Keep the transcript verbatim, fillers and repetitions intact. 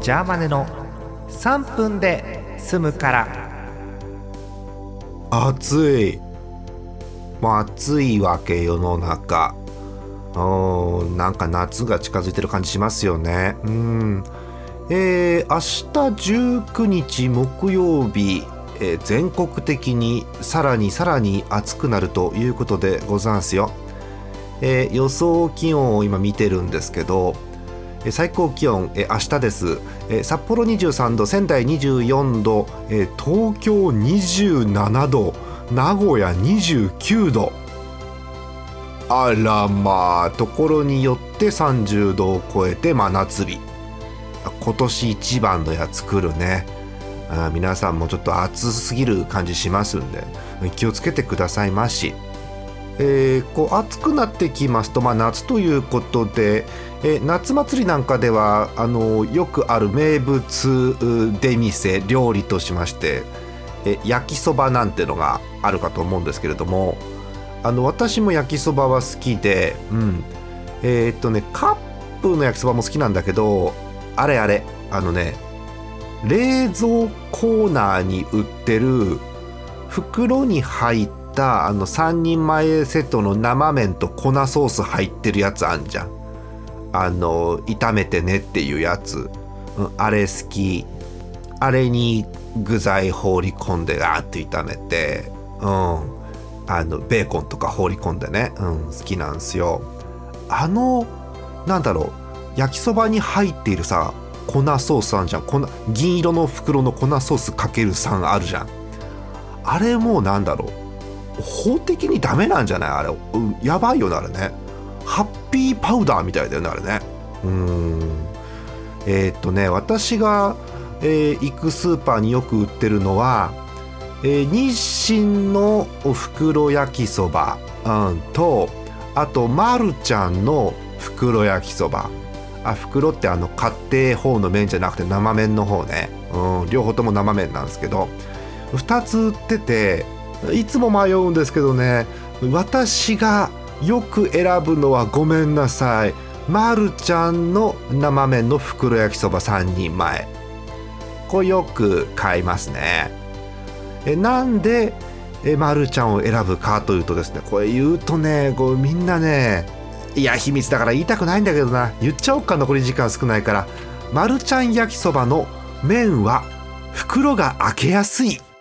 ジャーマネのさんぷんで済むから。 暑い、もう暑いわけ世の中。おー、なんか夏が近づいてる感じしますよね。うん、えー、明日じゅうくにち木曜日、えー、全国的にさらにさらに暑くなるということでござんすよ。えー、予想気温を今見てるんですけど、えー、最高気温、えー、明日です、えー、札幌にじゅうさんど、仙台にじゅうよんど、えー、東京にじゅうななど、名古屋にじゅうきゅうど。あらまあ、ところによってさんじゅうどを超えて真夏日。今年一番のやつ来るね。あ、皆さんもちょっと暑すぎる感じしますんで気をつけてくださいまし。えー、こう暑くなってきますと、まあ、夏ということで、えー、夏祭りなんかではあのよくある名物出店料理としまして、えー、焼きそばなんてのがあるかと思うんですけれども、あの私も焼きそばは好きで、うん、えー、っとねカップの焼きそばも好きなんだけど、あれあれあのね冷蔵コーナーに売ってる袋に入ったあのさんにんまえセットの生麺と粉ソース入ってるやつあんじゃん。あの炒めてねっていうやつ、うん、あれ好き。あれに具材放り込んでガーッと炒めて、うん、あのベーコンとか放り込んでね、うん、好きなんすよ。あのなんだろう、焼きそばに入っているさ粉ソースあんじゃん。粉銀色の袋の粉ソースかけるさんあるじゃん。あれもうなんだろう、法的にダメなんじゃないあれ、うん、やばいよねあれね。ハッピーパウダーみたいだよねあれね。うーんえー、っとね私が、えー、行くスーパーによく売ってるのは、えー、日清のお袋焼きそば、うん、とあとまるちゃんの袋焼きそば。あ、袋ってあの買って方の麺じゃなくて生麺の方ね、うん、両方とも生麺なんですけどふたつ売ってて、いつも迷うんですけどね、私がよく選ぶのはごめんなさい、まるちゃんの生麺の袋焼きそばさんにんまえ、これよく買いますね。えなんでえまるちゃんを選ぶかというとですね、これ言うとねこうみんなね、いや秘密だから言いたくないんだけどな、言っちゃおうか、残り時間少ないから。まるちゃん焼きそばの麺は袋が開けやすい。